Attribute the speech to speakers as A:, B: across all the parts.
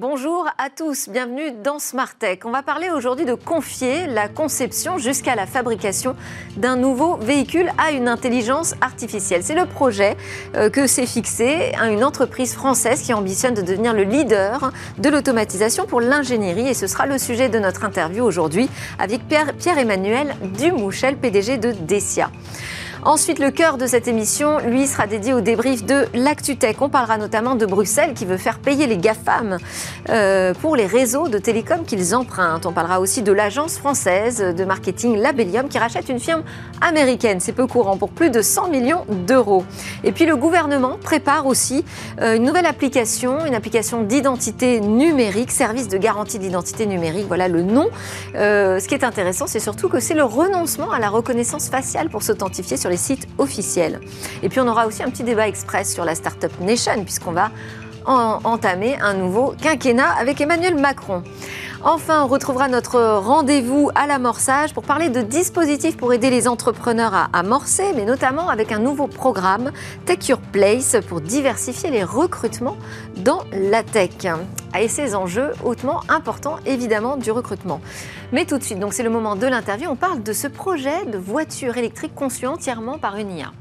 A: Bonjour à tous, bienvenue dans Smart Tech. On va parler aujourd'hui de confier la conception jusqu'à la fabrication d'un nouveau véhicule à une intelligence artificielle. C'est le projet que s'est fixé une entreprise française qui ambitionne de devenir le leader de l'automatisation pour l'ingénierie. Et ce sera le sujet de notre interview aujourd'hui avec Pierre-Emmanuel Dumouchel, PDG de Dessia. Ensuite, le cœur de cette émission, lui, sera dédié au débrief de l'ActuTech. On parlera notamment de Bruxelles qui veut faire payer les GAFAM pour les réseaux de télécom qu'ils empruntent. On parlera aussi de l'agence française de marketing Labellium qui rachète une firme américaine, c'est peu courant, pour plus de 100 millions d'euros. Et puis le gouvernement prépare aussi une nouvelle application, une application d'identité numérique, service de garantie d'identité numérique, voilà le nom. Ce qui est intéressant, c'est surtout que c'est le renoncement à la reconnaissance faciale pour s'authentifier sur les sites officiels. Et puis on aura aussi un petit débat express sur la Startup Nation puisqu'on va entamer un nouveau quinquennat avec Emmanuel Macron. Enfin, on retrouvera notre rendez-vous à l'amorçage pour parler de dispositifs pour aider les entrepreneurs à amorcer, mais notamment avec un nouveau programme Tech Your Place pour diversifier les recrutements dans la tech. Et ces enjeux hautement importants, évidemment, du recrutement. Mais tout de suite, donc c'est le moment de l'interview, on parle de ce projet de voiture électrique conçu entièrement par une IA.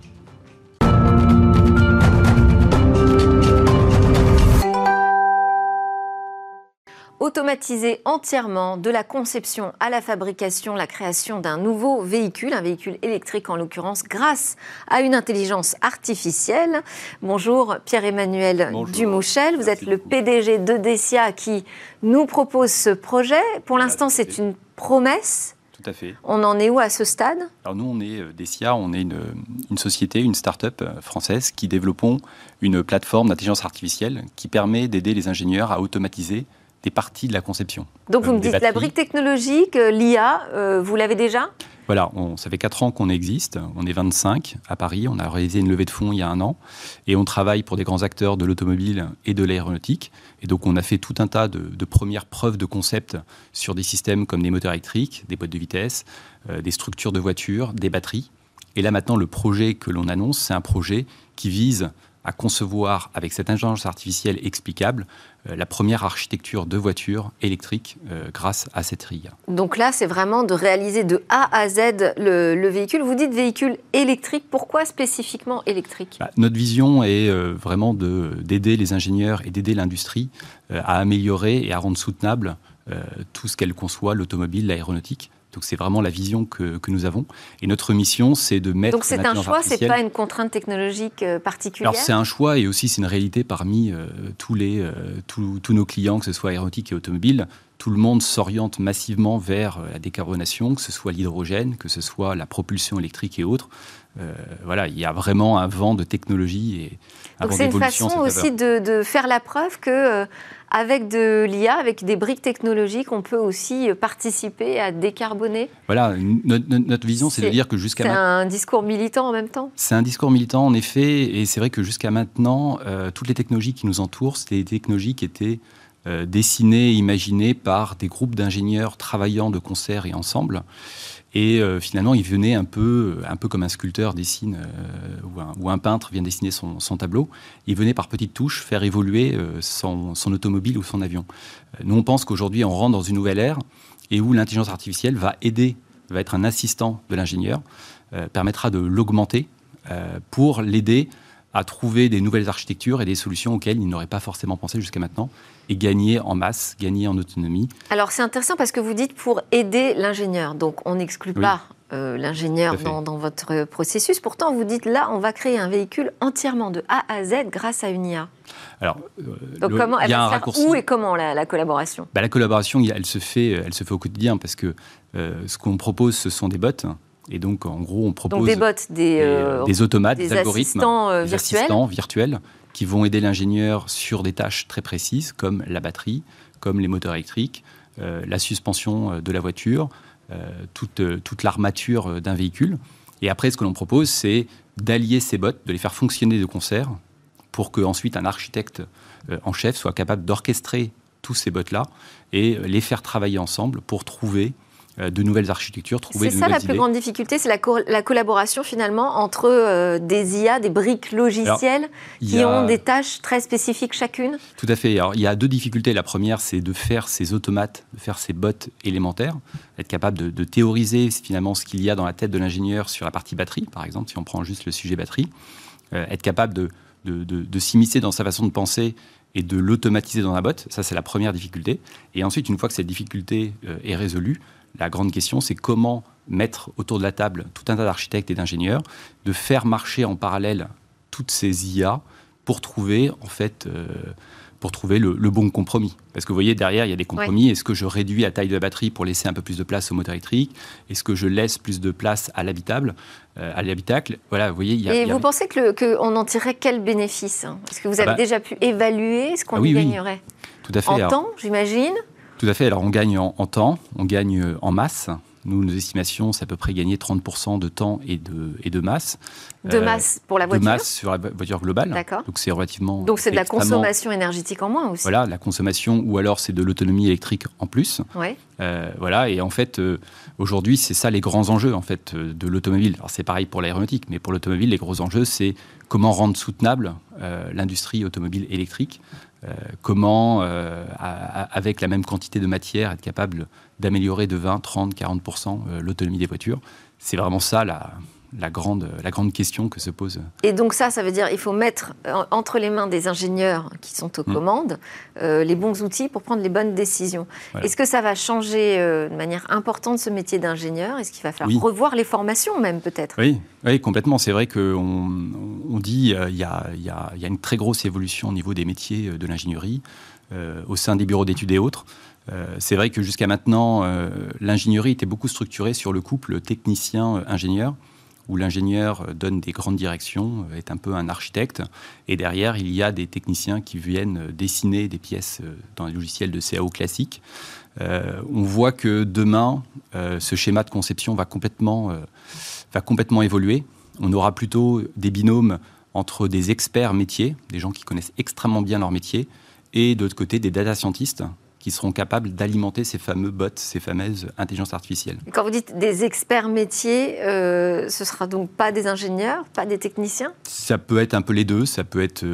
A: Automatiser entièrement de la conception à la fabrication, la création d'un nouveau véhicule, un véhicule électrique en l'occurrence, grâce à une intelligence artificielle. Bonjour Pierre-Emmanuel Dumouchel, vous êtes le PDG de Dessia qui nous propose ce projet. Pour l'instant, c'est une promesse.
B: Tout à fait.
A: On en est où à ce stade ?
B: Alors nous, on est Dessia, on est une société, une start-up française qui développons une plateforme d'intelligence artificielle qui permet d'aider les ingénieurs à automatiser des parties de la conception.
A: Donc vous me dites, la brique technologique, l'IA, vous l'avez déjà ?
B: Voilà, ça fait 4 ans qu'on existe, on est 25 à Paris, on a réalisé une levée de fonds il y a 1 an, et on travaille pour des grands acteurs de l'automobile et de l'aéronautique. Et donc on a fait tout un tas de premières preuves de concept sur des systèmes comme des moteurs électriques, des boîtes de vitesse, des structures de voitures, des batteries. Et là maintenant, le projet que l'on annonce, c'est un projet qui vise à concevoir avec cette intelligence artificielle explicable la première architecture de voiture électrique grâce à cette IA.
A: Donc là, c'est vraiment de réaliser de A à Z le véhicule. Vous dites véhicule électrique, pourquoi spécifiquement électrique ?
B: Notre vision est vraiment d'aider les ingénieurs et d'aider l'industrie à améliorer et à rendre soutenable tout ce qu'elle conçoit, l'automobile, l'aéronautique. Donc c'est vraiment la vision que nous avons. Et notre mission, c'est de mettre...
A: Donc c'est un choix, c'est pas une contrainte technologique particulière ? Alors
B: c'est un choix et aussi c'est une réalité parmi tous nos clients, que ce soit aéronautique et automobile. Tout le monde s'oriente massivement vers la décarbonation, que ce soit l'hydrogène, que ce soit la propulsion électrique et autres. Voilà, il y a vraiment un vent de technologie et un vent d'évolution.
A: Donc c'est une façon aussi de faire la preuve que... avec de l'IA, avec des briques technologiques, on peut aussi participer à décarboner.
B: Voilà, notre vision, c'est de dire que jusqu'à maintenant...
A: C'est un discours militant en même temps ?
B: C'est un discours militant, en effet, et c'est vrai que jusqu'à maintenant, toutes les technologies qui nous entourent, c'était des technologies qui étaient dessinées, imaginées par des groupes d'ingénieurs travaillant de concert et ensemble. Et finalement, il venait un peu comme un sculpteur dessine ou un peintre vient dessiner son tableau. Il venait par petites touches faire évoluer son automobile ou son avion. Nous, on pense qu'aujourd'hui, on rentre dans une nouvelle ère et où l'intelligence artificielle va être un assistant de l'ingénieur, permettra de l'augmenter pour l'aider à trouver des nouvelles architectures et des solutions auxquelles il n'aurait pas forcément pensé jusqu'à maintenant et gagner en masse, gagner en autonomie.
A: Alors c'est intéressant parce que vous dites pour aider l'ingénieur, donc on n'exclut pas l'ingénieur dans votre processus. Pourtant vous dites là on va créer un véhicule entièrement de A à Z grâce à une IA.
B: Alors,
A: donc comment elle va se faire où et comment la collaboration ?
B: La collaboration elle se fait au quotidien parce que ce qu'on propose ce sont des bots. Et donc, en gros, on propose
A: des bots,
B: des automates, des algorithmes,
A: des
B: assistants virtuels qui vont aider l'ingénieur sur des tâches très précises comme la batterie, comme les moteurs électriques, la suspension de la voiture, toute l'armature d'un véhicule. Et après, ce que l'on propose, c'est d'allier ces bots, de les faire fonctionner de concert pour qu'ensuite un architecte en chef soit capable d'orchestrer tous ces bots-là et les faire travailler ensemble pour trouver de nouvelles architectures, trouver de nouvelles idées.
A: C'est ça la plus grande difficulté, c'est la collaboration finalement entre des IA, des briques logicielles qui ont des tâches très spécifiques chacune.
B: Tout à fait. Alors, il y a deux difficultés. La première, c'est de faire ces automates, de faire ces bots élémentaires, être capable de théoriser finalement ce qu'il y a dans la tête de l'ingénieur sur la partie batterie, par exemple, si on prend juste le sujet batterie, être capable de s'immiscer dans sa façon de penser et de l'automatiser dans un bot. Ça, c'est la première difficulté. Et ensuite, une fois que cette difficulté est résolue, la grande question, c'est comment mettre autour de la table tout un tas d'architectes et d'ingénieurs, de faire marcher en parallèle toutes ces IA pour trouver, en fait, le bon compromis. Parce que vous voyez, derrière, il y a des compromis. Ouais. Est-ce que je réduis la taille de la batterie pour laisser un peu plus de place au moteur électrique ? Est-ce que je laisse plus de place à l'habitacle ? Voilà, vous voyez,
A: vous pensez qu'on en tirerait quel bénéfice ? Est-ce que vous avez déjà pu évaluer ce qu'on y gagnerait ?
B: Tout à fait.
A: En temps, j'imagine ?
B: Tout à fait. Alors, on gagne en temps, on gagne en masse. Nous, nos estimations, c'est à peu près gagner 30% de temps et de masse.
A: De masse pour la voiture ?
B: De masse sur la voiture globale.
A: D'accord.
B: Donc, c'est relativement...
A: Donc, c'est de la consommation énergétique en moins aussi.
B: Voilà, la consommation, ou alors c'est de l'autonomie électrique en plus.
A: Oui.
B: Voilà, et en fait, aujourd'hui, c'est ça les grands enjeux en fait, de l'automobile. Alors, c'est pareil pour l'aéronautique, mais pour l'automobile, les gros enjeux, c'est comment rendre soutenable l'industrie automobile électrique. Comment, avec la même quantité de matière, être capable d'améliorer de 20, 30, 40% l'autonomie des voitures. C'est vraiment ça la grande question que se pose.
A: Et donc ça veut dire qu'il faut mettre entre les mains des ingénieurs qui sont aux commandes les bons outils pour prendre les bonnes décisions. Voilà. Est-ce que ça va changer de manière importante ce métier d'ingénieur ? Est-ce qu'il va falloir revoir les formations même peut-être ?
B: Oui, complètement. C'est vrai qu'on dit qu'il y a une très grosse évolution au niveau des métiers de l'ingénierie au sein des bureaux d'études et autres. C'est vrai que jusqu'à maintenant, l'ingénierie était beaucoup structurée sur le couple technicien-ingénieur, où l'ingénieur donne des grandes directions, est un peu un architecte, et derrière, il y a des techniciens qui viennent dessiner des pièces dans les logiciels de CAO classiques. On voit que demain, ce schéma de conception va complètement évoluer. On aura plutôt des binômes entre des experts métiers, des gens qui connaissent extrêmement bien leur métier, et de l'autre côté, des data scientists, qui seront capables d'alimenter ces fameux bots, ces fameuses intelligences artificielles.
A: Et quand vous dites des experts métiers, ce ne sera donc pas des ingénieurs, pas des techniciens ?
B: Ça peut être un peu les deux, ça peut être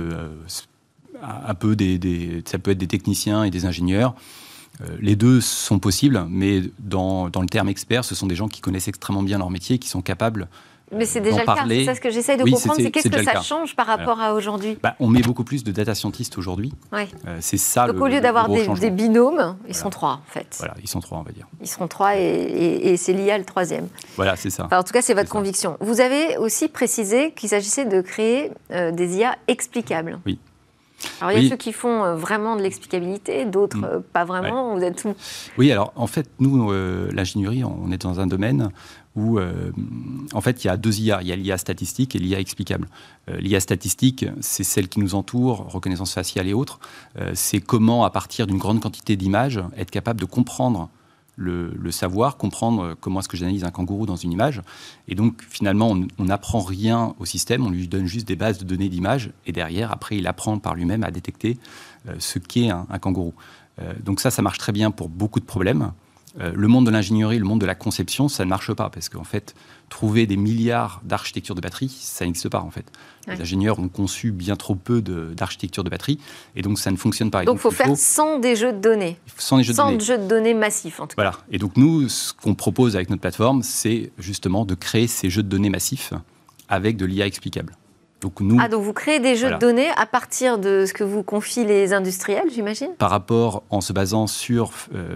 B: ça peut être des techniciens et des ingénieurs. Les deux sont possibles, mais dans le terme expert, ce sont des gens qui connaissent extrêmement bien leur métier, qui sont capables
A: Mais c'est déjà le cas, c'est ça ce que j'essaie de comprendre, c'est qu'est-ce que ça change par rapport à aujourd'hui ?
B: On met beaucoup plus de data scientists aujourd'hui.
A: Ouais.
B: C'est ça.
A: Donc au lieu d'avoir des binômes, ils sont trois en fait.
B: Voilà, ils sont trois, on va dire.
A: Ils seront trois et c'est l'IA le troisième.
B: Voilà, c'est ça.
A: Enfin, en tout cas, c'est votre conviction. Vous avez aussi précisé qu'il s'agissait de créer des IA explicables.
B: Oui.
A: Alors, il y a ceux qui font vraiment de l'explicabilité, d'autres pas vraiment. Vous êtes tout.
B: Oui, alors en fait, nous, l'ingénierie, on est dans un domaine où, en fait, il y a deux IA. Il y a l'IA statistique et l'IA explicable. L'IA statistique, c'est celle qui nous entoure, reconnaissance faciale et autres. C'est comment, à partir d'une grande quantité d'images, être capable de comprendre le savoir, comprendre comment est-ce que j'analyse un kangourou dans une image. Et donc, finalement, on n'apprend rien au système, on lui donne juste des bases de données d'images, et derrière, après, il apprend par lui-même à détecter ce qu'est un kangourou. Donc ça marche très bien pour beaucoup de problèmes. Le monde de l'ingénierie, le monde de la conception, ça ne marche pas, parce qu'en fait, trouver des milliards d'architectures de batterie, ça n'existe pas, en fait. Ouais. Les ingénieurs ont conçu bien trop peu d'architectures de batterie, et donc ça ne fonctionne pas.
A: Donc il faut faire sans des jeux de données.
B: Sans jeux
A: de données massifs, en tout cas.
B: Voilà. Et donc nous, ce qu'on propose avec notre plateforme, c'est justement de créer ces jeux de données massifs avec de l'IA explicable. Donc
A: donc vous créez des jeux de données à partir de ce que vous confient les industriels, j'imagine ?
B: Par rapport, en se basant sur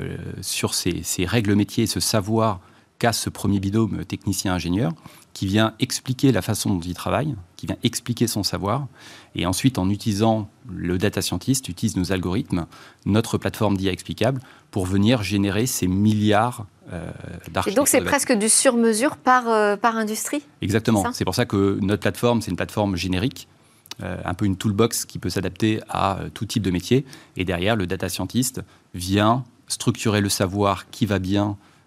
B: ces règles métiers, ce savoir qu'a ce premier binôme technicien-ingénieur, qui vient expliquer la façon dont il travaille, qui vient expliquer son savoir, et ensuite, en utilisant le data scientist, utilise nos algorithmes, notre plateforme d'IA explicable, pour venir générer ces milliards d'architectures.
A: Et donc, c'est presque du sur-mesure par industrie ?
B: Exactement. C'est pour ça que notre plateforme, c'est une plateforme générique, un peu une toolbox qui peut s'adapter à tout type de métier. Et derrière, le data scientist vient structurer le savoir qui va bien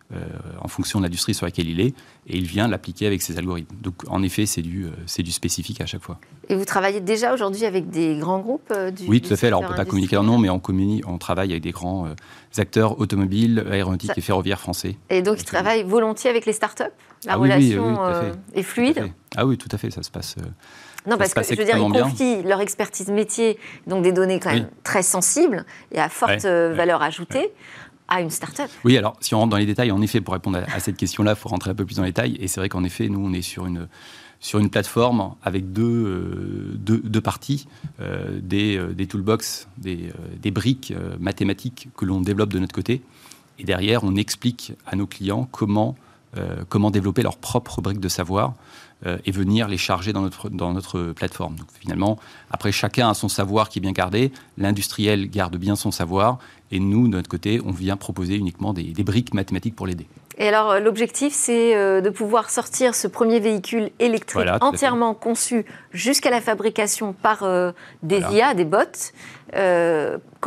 B: en fonction de l'industrie sur laquelle il est, et il vient l'appliquer avec ses algorithmes. Donc, en effet, c'est du spécifique à chaque fois.
A: Et vous travaillez déjà aujourd'hui avec des grands groupes
B: Oui, tout à fait. Alors, on ne peut pas communiquer leur nom, mais on travaille avec des grands acteurs automobiles, aéronautiques et ferroviaires français.
A: Et donc, ils travaillent volontiers avec les startups? La relation est fluide?
B: Ah oui, tout à fait, ça se passe...
A: Non, parce que je veux dire, ils confient leur expertise métier, donc des données quand même très sensibles et à forte valeur ajoutée, à une start-up.
B: Oui, alors si on rentre dans les détails, en effet, pour répondre à cette question-là, il faut rentrer un peu plus dans les détails. Et c'est vrai qu'en effet, nous, on est sur une plateforme avec deux parties, des toolbox, des briques mathématiques que l'on développe de notre côté. Et derrière, on explique à nos clients comment développer leurs propres briques de savoir et venir les charger dans notre plateforme. Donc, finalement, après, chacun a son savoir qui est bien gardé, l'industriel garde bien son savoir, et nous, de notre côté, on vient proposer uniquement des briques mathématiques pour l'aider.
A: Et alors, l'objectif, c'est de pouvoir sortir ce premier véhicule électrique entièrement conçu jusqu'à la fabrication par des IA, des bots. Quand ?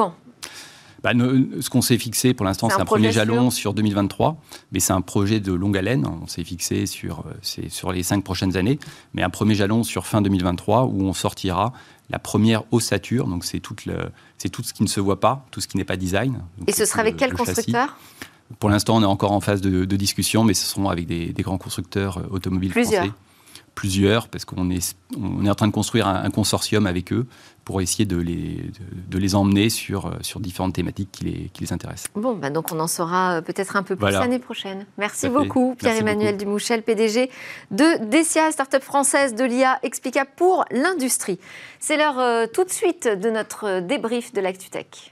B: Ce qu'on s'est fixé pour l'instant, c'est un premier jalon sur 2023, mais c'est un projet de longue haleine. On s'est fixé sur les 5 prochaines années, mais un premier jalon sur fin 2023 où on sortira la première ossature. Donc c'est tout ce qui ne se voit pas, tout ce qui n'est pas design. Donc,
A: et ce sera avec quel constructeur ?
B: Pour l'instant, on est encore en phase de discussion, mais ce seront avec des grands constructeurs automobiles français. Plusieurs, parce qu'on est en train de construire un consortium avec eux pour essayer de les emmener sur différentes thématiques qui les intéressent.
A: Bon, donc on en saura peut-être un peu plus l'année prochaine. Merci beaucoup, Pierre-Emmanuel Dumouchel, PDG de Dessia, start-up française de l'IA explicable pour l'industrie. C'est l'heure tout de suite de notre débrief de l'ActuTech.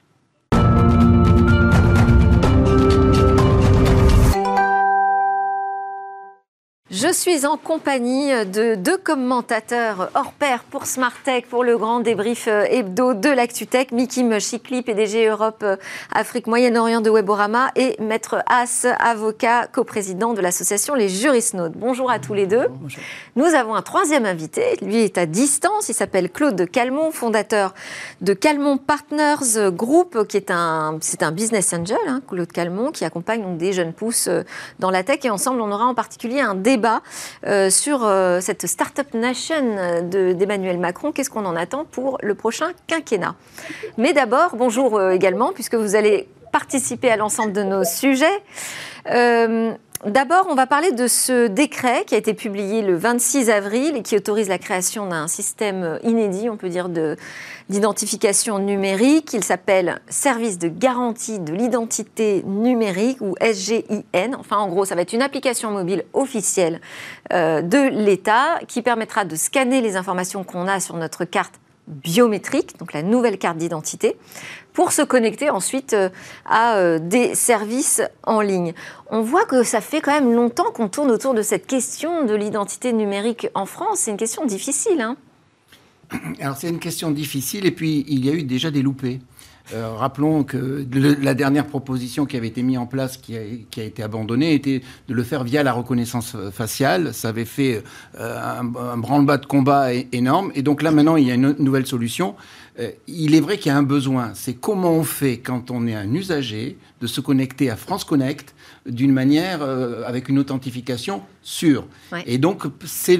A: Je suis en compagnie de 2 commentateurs hors pair pour Smartech, pour le grand débrief hebdo de l'ActuTech, Mikim Chikli, PDG Europe, Afrique, Moyen-Orient de Weborama, et Maître As, avocat, coprésident de l'association Les Jurisnautes. Bonjour à tous les deux. Bonjour. Nous avons un 3e invité, lui est à distance, il s'appelle Claude Calmont, fondateur de Calmont Partners Group, c'est un business angel, Claude Calmont, qui accompagne donc des jeunes pousses dans la tech, et ensemble on aura en particulier un débat sur cette Startup Nation d'Emmanuel Macron. Qu'est-ce qu'on en attend pour le prochain quinquennat ? Mais d'abord, bonjour également, puisque vous allez participer à l'ensemble de nos sujets. D'abord, on va parler de ce décret qui a été publié le 26 avril et qui autorise la création d'un système inédit, on peut dire, d'identification numérique. Il s'appelle Service de garantie de l'identité numérique, ou SGIN. Enfin, en gros, ça va être une application mobile officielle de l'État qui permettra de scanner les informations qu'on a sur notre carte biométrique, donc la nouvelle carte d'identité, pour se connecter ensuite à des services en ligne. On voit que ça fait quand même longtemps qu'on tourne autour de cette question de l'identité numérique en France. C'est une question difficile,
C: Alors c'est une question difficile, et puis il y a eu déjà des loupés. Rappelons que la dernière proposition qui avait été mise en place, qui a été abandonnée, était de le faire via la reconnaissance faciale. Ça avait fait un branle-bas de combat énorme. Et donc là, maintenant, il y a une nouvelle solution. Il est vrai qu'il y a un besoin. C'est comment on fait, quand on est un usager, de se connecter à France Connect d'une manière avec une authentification sûre. Ouais. Et donc, c'est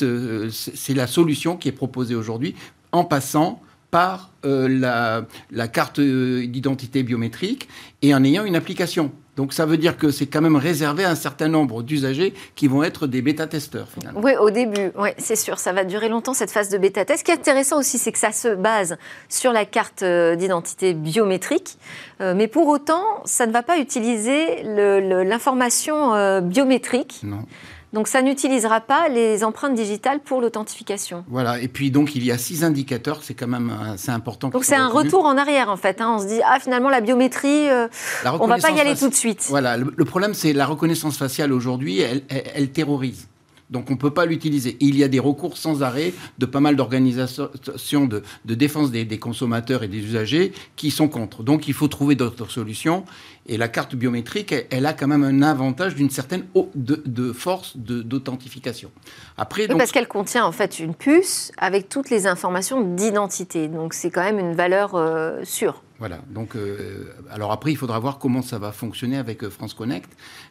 C: la solution qui est proposée aujourd'hui, en passant par la carte d'identité biométrique et en ayant une application. Donc ça veut dire que c'est quand même réservé à un certain nombre d'usagers qui vont être des bêta-testeurs finalement.
A: Oui, au début, c'est sûr, ça va durer longtemps cette phase de bêta-test. Ce qui est intéressant aussi, c'est que ça se base sur la carte d'identité biométrique, mais pour autant, ça ne va pas utiliser l'information biométrique.
C: Non.
A: Donc ça n'utilisera pas les empreintes digitales pour l'authentification.
C: Voilà, et puis donc il y a 6 indicateurs, c'est quand même assez important.
A: Donc c'est un retour en arrière en fait, on se dit finalement la biométrie, on ne va pas y aller tout de suite.
C: Voilà, le problème c'est la reconnaissance faciale aujourd'hui, elle terrorise. Donc on ne peut pas l'utiliser. Et il y a des recours sans arrêt de pas mal d'organisations de défense des consommateurs et des usagers qui sont contre. Donc il faut trouver d'autres solutions. Et la carte biométrique, elle a quand même un avantage d'une certaine de force d'authentification. Après,
A: parce qu'elle contient en fait une puce avec toutes les informations d'identité. Donc c'est quand même une valeur sûre.
C: Voilà, donc alors après il faudra voir comment ça va fonctionner avec France Connect.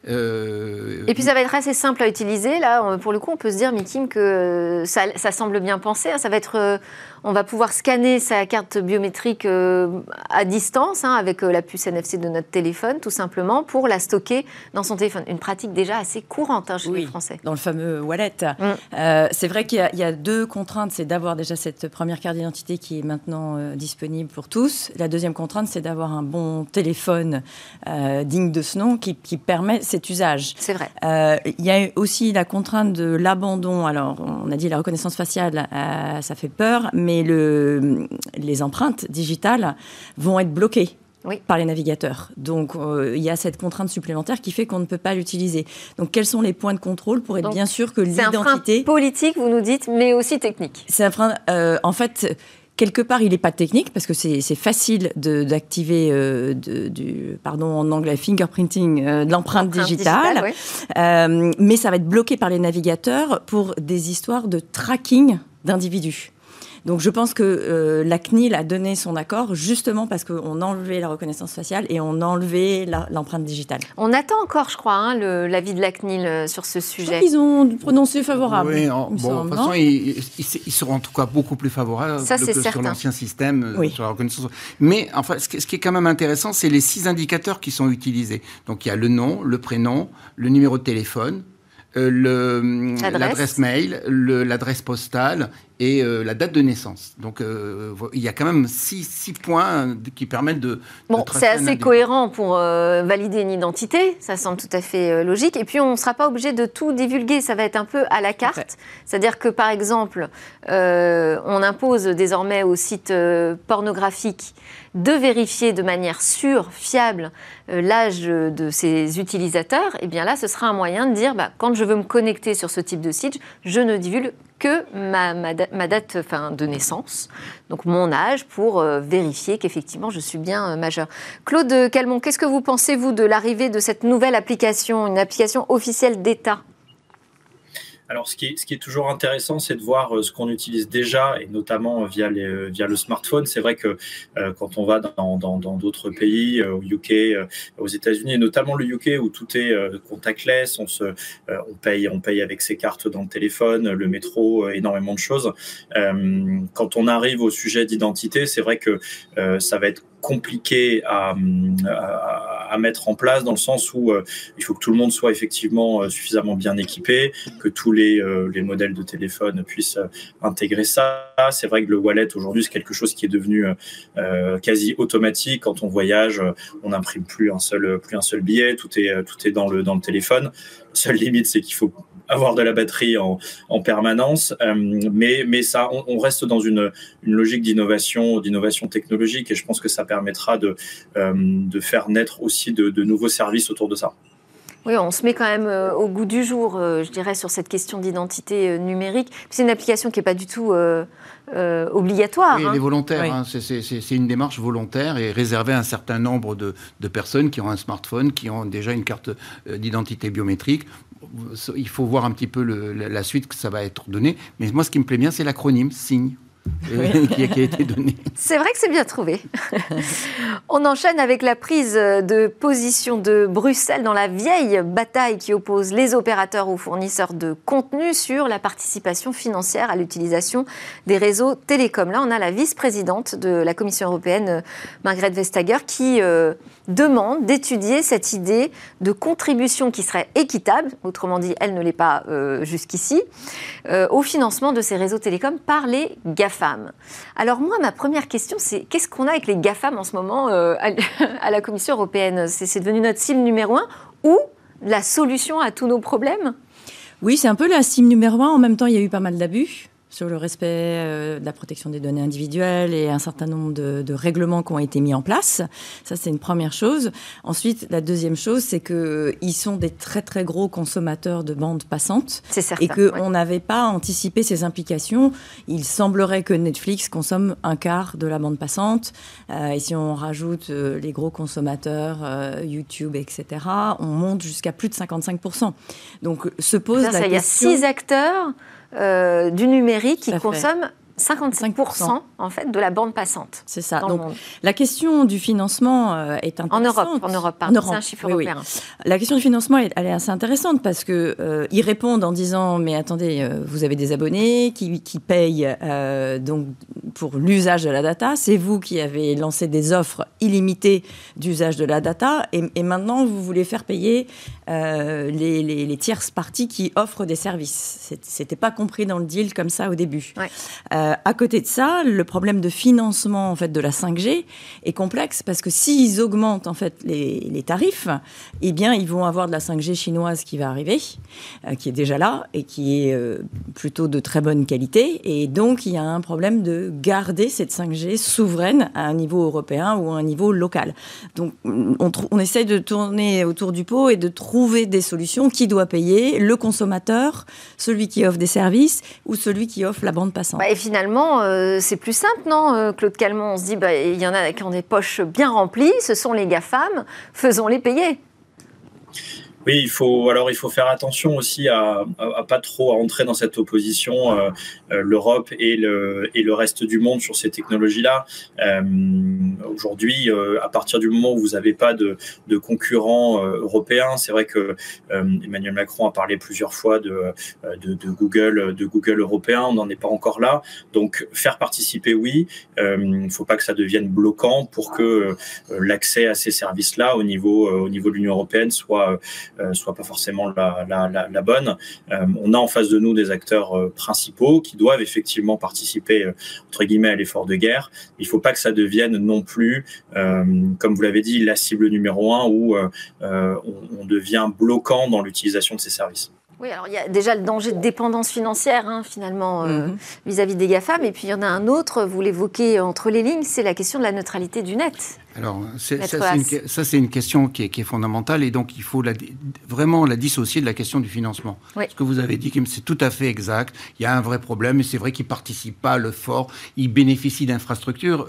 A: Et puis ça va être assez simple à utiliser. Là, pour le coup, on peut se dire, Mikim, que ça semble bien pensé. Ça va être, on va pouvoir scanner sa carte biométrique à distance, avec la puce NFC de notre téléphone, tout simplement, pour la stocker dans son téléphone. Une pratique déjà assez courante chez les Français.
D: Dans le fameux wallet. C'est vrai qu'il y a 2 contraintes. C'est d'avoir déjà cette première carte d'identité qui est maintenant disponible pour tous. La deuxième contrainte, c'est d'avoir un bon téléphone digne de ce nom qui permet cet usage.
A: C'est vrai.
D: Il y a aussi la contrainte de l'abandon. Alors, on a dit la reconnaissance faciale, ça fait peur, mais les empreintes digitales vont être bloquées. Par les navigateurs. Donc, il y a cette contrainte supplémentaire qui fait qu'on ne peut pas l'utiliser. Donc, quels sont les points de contrôle pour être bien sûr que l'identité...
A: C'est un frein politique, vous nous dites, mais aussi technique.
D: C'est un frein... en fait... Quelque part, il n'est pas technique parce que c'est facile d'activer en anglais, fingerprinting, de l'empreinte digitale. Mais ça va être bloqué par les navigateurs pour des histoires de tracking d'individus. Donc, je pense que la CNIL a donné son accord justement parce qu'on a enlevé la reconnaissance faciale et on a enlevé l'empreinte digitale.
A: On attend encore, je crois, l'avis de la CNIL sur ce sujet.
D: Ils ont prononcé favorable.
C: Oui, de toute façon, ils seront en tout cas beaucoup plus favorables que sur l'ancien système sur la reconnaissance. Mais enfin, ce qui est quand même intéressant, c'est les 6 indicateurs qui sont utilisés. Donc, il y a le nom, le prénom, le numéro de téléphone, l'adresse mail, l'adresse postale et la date de naissance. Donc, il y a quand même 6 points qui permettent de
A: c'est assez cohérent pour valider une identité. Ça semble tout à fait logique. Et puis, on ne sera pas obligé de tout divulguer. Ça va être un peu à la carte. Ouais. C'est-à-dire que, par exemple, on impose désormais aux sites pornographiques de vérifier de manière sûre, fiable, l'âge de ses utilisateurs. Et bien là, ce sera un moyen de dire, quand je veux me connecter sur ce type de site, je ne divulgue que ma date de naissance, donc mon âge, pour vérifier qu'effectivement je suis bien majeur. Claude Calmont, qu'est-ce que vous pensez, vous, de l'arrivée de cette nouvelle application, une application officielle d'État ?
E: Alors, ce qui est toujours intéressant, c'est de voir ce qu'on utilise déjà, et notamment via le smartphone. C'est vrai que quand on va dans d'autres pays, au UK, aux États-Unis, et notamment le UK où tout est contactless, on paye avec ses cartes dans le téléphone, le métro, énormément de choses. Quand on arrive au sujet d'identité, c'est vrai que ça va être compliqué à mettre en place, dans le sens où il faut que tout le monde soit effectivement suffisamment bien équipé, que tous les modèles de téléphone puissent intégrer ça. C'est vrai que le wallet aujourd'hui, c'est quelque chose qui est devenu quasi automatique. Quand on voyage, on n'imprime plus un seul billet, tout est dans le téléphone. La seule limite, c'est qu'il faut avoir de la batterie en permanence, mais ça, on reste dans une logique d'innovation technologique, et je pense que ça permettra de faire naître aussi de nouveaux services autour de ça.
A: Oui, on se met quand même au goût du jour, je dirais, sur cette question d'identité numérique. C'est une application qui n'est pas du tout obligatoire.
C: Oui, elle est volontaire. Oui. C'est une démarche volontaire et réservée à un certain nombre de personnes qui ont un smartphone, qui ont déjà une carte d'identité biométrique. Il faut voir un petit peu la suite que ça va être donné. Mais moi, ce qui me plaît bien, c'est l'acronyme SIGNE. Qui a été donné.
A: C'est vrai que c'est bien trouvé. On enchaîne avec la prise de position de Bruxelles dans la vieille bataille qui oppose les opérateurs aux fournisseurs de contenu sur la participation financière à l'utilisation des réseaux télécoms. Là, on a la vice-présidente de la Commission européenne, Margrethe Vestager, qui demande d'étudier cette idée de contribution qui serait équitable, autrement dit, elle ne l'est pas jusqu'ici, au financement de ces réseaux télécoms par les GAFAM. Alors moi, ma première question, c'est qu'est-ce qu'on a avec les GAFAM en ce moment à la Commission européenne ? C'est devenu notre cible numéro 1 ou la solution à tous nos problèmes ?
D: Oui, c'est un peu la cible numéro 1. En même temps, il y a eu pas mal d'abus sur le respect de la protection des données individuelles et un certain nombre de règlements qui ont été mis en place. Ça, c'est une première chose. Ensuite, la deuxième chose, c'est qu'ils sont des très, très gros consommateurs de bandes passantes.
A: C'est certain.
D: Et qu'on n'avait pas anticipé ces implications. Il semblerait que Netflix consomme un quart de la bande passante. Et si on rajoute les gros consommateurs, YouTube, etc., on monte jusqu'à plus de 55%. Donc, se pose la question...
A: Il y a 6 acteurs... du numérique qui consomment 55% en fait de la bande passante.
D: C'est ça. Donc la question du financement est intéressante.
A: En Europe, c'est un chiffre européen.
D: Oui. La question du financement, elle est assez intéressante parce que ils répondent en disant mais attendez, vous avez des abonnés qui payent donc pour l'usage de la data. C'est vous qui avez lancé des offres illimitées d'usage de la data et maintenant vous voulez faire payer les tierces parties qui offrent des services. C'était pas compris dans le deal comme ça au début. Ouais. À côté de ça, le problème de financement en fait de la 5G est complexe parce que s'ils augmentent en fait les tarifs, eh bien ils vont avoir de la 5G chinoise qui va arriver, qui est déjà là et qui est plutôt de très bonne qualité. Et donc il y a un problème de garder cette 5G souveraine à un niveau européen ou à un niveau local. Donc on essaye de tourner autour du pot et de trouver des solutions. Qui doit payer ? Le consommateur, celui qui offre des services ou celui qui offre la bande passante.
A: Et finalement, c'est plus simple, non, Claude Calmont ? On se dit, il y en a qui ont des poches bien remplies, ce sont les GAFAM, faisons-les payer.
E: Oui, il faut faire attention aussi à pas trop entrer dans cette opposition l'Europe et le reste du monde sur ces technologies-là. Aujourd'hui, à partir du moment où vous n'avez pas de concurrents européens, c'est vrai que Emmanuel Macron a parlé plusieurs fois de Google européen. On n'en est pas encore là. Donc faire participer, oui. Il ne faut pas que ça devienne bloquant pour que l'accès à ces services-là au niveau de l'Union européenne soit pas forcément la bonne. On a en face de nous des acteurs principaux qui doivent effectivement participer, entre guillemets, à l'effort de guerre. Il ne faut pas que ça devienne non plus, comme vous l'avez dit, la cible numéro 1 où on devient bloquant dans l'utilisation de ces services.
A: Oui, alors il y a déjà le danger de dépendance financière, finalement, vis-à-vis des GAFAM. Et puis il y en a un autre, vous l'évoquez entre les lignes, c'est la question de la neutralité du net.
C: Alors, ça, c'est une question qui est fondamentale et donc il faut vraiment la dissocier de la question du financement. Oui. Ce que vous avez dit, c'est tout à fait exact. Il y a un vrai problème et c'est vrai qu'ils ne participent pas à l'effort. Ils bénéficient d'infrastructures,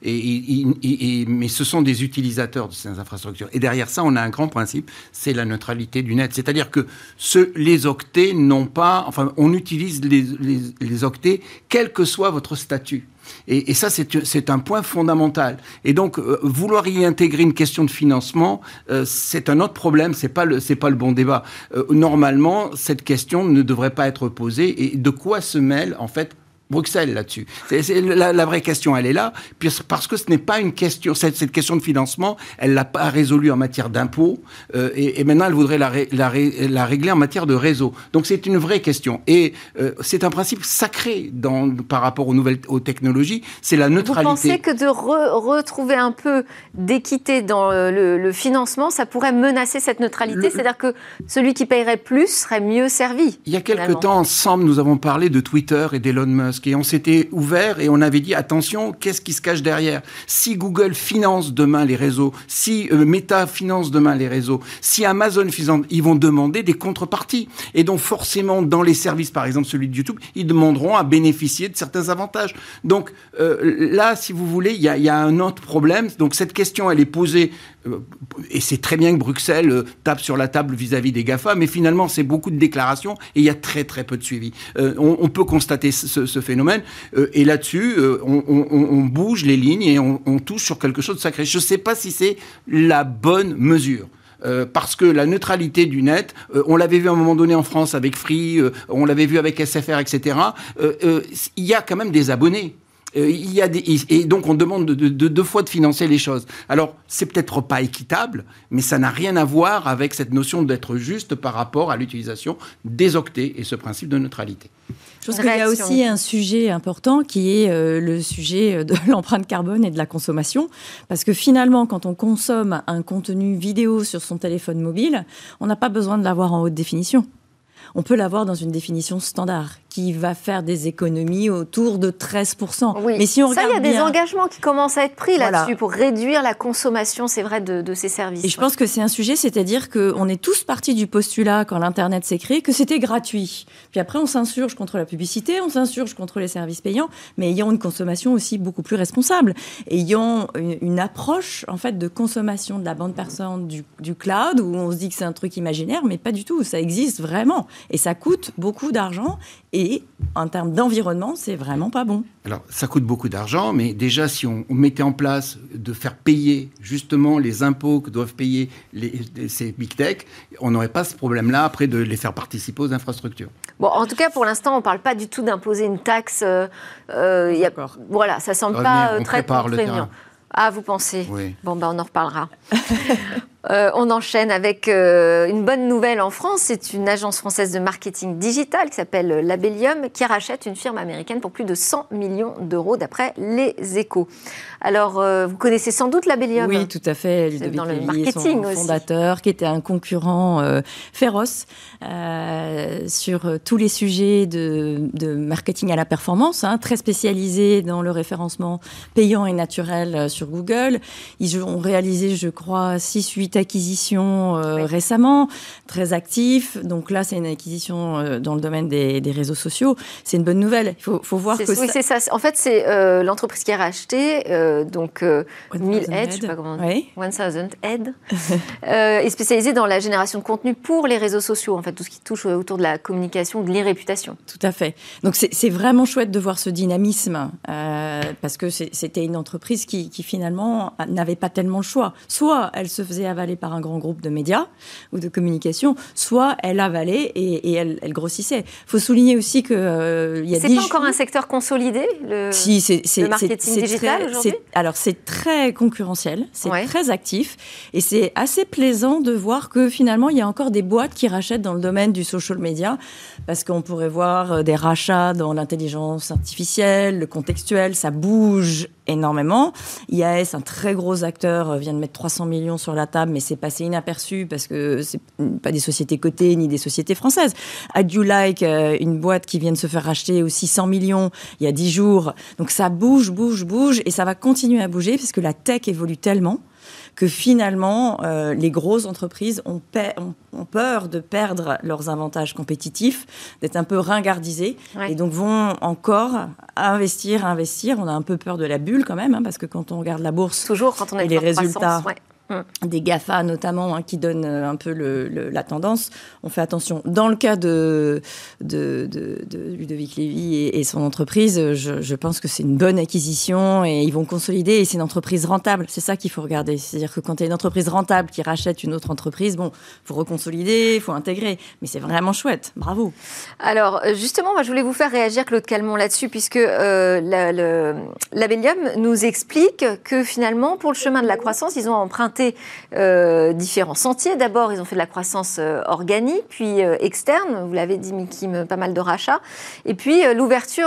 C: mais ce sont des utilisateurs de ces infrastructures. Et derrière ça, on a un grand principe, c'est la neutralité du net. C'est-à-dire que les octets n'ont pas... Enfin, on utilise les octets quel que soit votre statut. Et ça, c'est un point fondamental. Et donc, vouloir y intégrer une question de financement, c'est un autre problème, c'est pas le bon débat. Normalement, cette question ne devrait pas être posée. Et de quoi se mêle, en fait, Bruxelles là-dessus. La vraie question, elle est là, parce que ce n'est pas une question, cette question de financement, elle l'a pas résolue en matière d'impôts, et maintenant elle voudrait la régler en matière de réseau. Donc c'est une vraie question, et c'est un principe sacré par rapport aux technologies, c'est la neutralité.
A: Vous pensez que de retrouver un peu d'équité dans le financement, ça pourrait menacer cette neutralité, c'est-à-dire que celui qui paierait plus serait mieux servi?
C: Il y a quelque temps, ensemble, nous avons parlé de Twitter et d'Elon Musk. Et on s'était ouvert et on avait dit, attention, qu'est-ce qui se cache derrière ? Si Google finance demain les réseaux, si Meta finance demain les réseaux, si Amazon finance, ils vont demander des contreparties. Et donc forcément, dans les services, par exemple celui de YouTube, ils demanderont à bénéficier de certains avantages. Donc là, si vous voulez, il y a un autre problème. Donc cette question, elle est posée, et c'est très bien que Bruxelles tape sur la table vis-à-vis des GAFA, mais finalement, c'est beaucoup de déclarations et il y a très très peu de suivi. On peut constater ce phénomène, et là-dessus, on bouge les lignes et on touche sur quelque chose de sacré. Je ne sais pas si c'est la bonne mesure. Parce que la neutralité du net, on l'avait vu à un moment donné en France avec Free, on l'avait vu avec SFR, etc. Il y a quand même des abonnés. Et donc on demande deux fois de financer les choses. Alors c'est peut-être pas équitable, mais ça n'a rien à voir avec cette notion d'être juste par rapport à l'utilisation des octets et ce principe de neutralité.
D: Je pense qu'il y a aussi un sujet important qui est le sujet de l'empreinte carbone et de la consommation. Parce que finalement, quand on consomme un contenu vidéo sur son téléphone mobile, on n'a pas besoin de l'avoir en haute définition. On peut l'avoir dans une définition standard qui va faire des économies autour de 13%.
A: Oui. Mais si on regarde il y a des engagements qui commencent à être pris là-dessus pour réduire la consommation, c'est vrai, de ces services.
D: Et je pense que c'est un sujet, c'est-à-dire qu'on est tous partis du postulat, quand l'Internet s'est créé, que c'était gratuit. Puis après, on s'insurge contre la publicité, on s'insurge contre les services payants, mais ayant une consommation aussi beaucoup plus responsable. Ayant une approche, en fait, de consommation de la bande passante du cloud, où on se dit que c'est un truc imaginaire, mais pas du tout. Ça existe vraiment. Et ça coûte beaucoup d'argent. et en termes d'environnement, c'est vraiment pas bon.
C: Alors, ça coûte beaucoup d'argent, mais déjà, si on mettait en place de faire payer justement les impôts que doivent payer ces big tech, on n'aurait pas ce problème-là après de les faire participer aux infrastructures.
A: Bon, en tout cas, pour l'instant, on ne parle pas du tout d'imposer une taxe. Voilà, ça ne semble pas très contraignant. Ah, vous pensez ?
C: Oui.
A: Bon, on en reparlera. On enchaîne avec une bonne nouvelle en France. C'est une agence française de marketing digital qui s'appelle Labellium qui rachète une firme américaine pour plus de 100 millions d'euros d'après Les Échos. Alors, vous connaissez sans doute Labellium ?
D: Oui, tout à fait.
A: Ludovic dans le
D: Lévy,
A: marketing
D: son fondateur, qui était un concurrent féroce sur tous les sujets de marketing à la performance, très spécialisé dans le référencement payant et naturel sur Google. Ils ont réalisé, je crois, 6-8 acquisitions récemment, très actifs. Donc là, c'est une acquisition dans le domaine des réseaux sociaux. C'est une bonne nouvelle. Il faut voir que
A: oui, c'est ça. En fait, c'est l'entreprise qui a racheté, 1000 Head, je sais pas comment on dit. 1000 Head, est spécialisée dans la génération de contenu pour les réseaux sociaux, en fait, tout ce qui touche autour de la communication, de l'irréputation.
D: Tout à fait. Donc c'est vraiment chouette de voir ce dynamisme, parce que c'était une entreprise qui finalement n'avait pas tellement le choix. Soit elle se faisait avaler par un grand groupe de médias ou de communication, soit elle avalait et elle grossissait. Il faut souligner aussi que il y a
A: c'est pas encore un secteur consolidé, le marketing digital aujourd'hui.
D: Alors c'est très concurrentiel, c'est très actif et c'est assez plaisant de voir que finalement il y a encore des boîtes qui rachètent dans le domaine du social media, parce qu'on pourrait voir des rachats dans l'intelligence artificielle, le contextuel, ça bouge énormément. IAS, un très gros acteur, vient de mettre 300 millions sur la table, mais c'est passé inaperçu parce que c'est pas des sociétés cotées ni des sociétés françaises. Ad You Like, une boîte qui vient de se faire racheter aussi 100 millions il y a 10 jours. Donc ça bouge et ça va continuer à bouger parce que la tech évolue tellement que finalement, les grosses entreprises ont peur de perdre leurs avantages compétitifs, d'être un peu ringardisées, et donc vont encore investir. On a un peu peur de la bulle quand même, parce que quand on regarde la bourse,
A: toujours quand on a
D: et les résultats des GAFA notamment, qui donnent un peu la tendance, on fait attention. Dans le cas de Ludovic Lévy et son entreprise, je pense que c'est une bonne acquisition et ils vont consolider, et c'est une entreprise rentable. C'est ça qu'il faut regarder. C'est-à-dire que quand il y a une entreprise rentable qui rachète une autre entreprise, il faut reconsolider, il faut intégrer. Mais c'est vraiment chouette. Bravo.
A: Alors, justement, moi, je voulais vous faire réagir, Claude Calmont, là-dessus, puisque Labellium nous explique que finalement, pour le chemin de la croissance, ils ont emprunté différents sentiers. D'abord, ils ont fait de la croissance organique, puis externe. Vous l'avez dit, Mikim, pas mal de rachats. Et puis, l'ouverture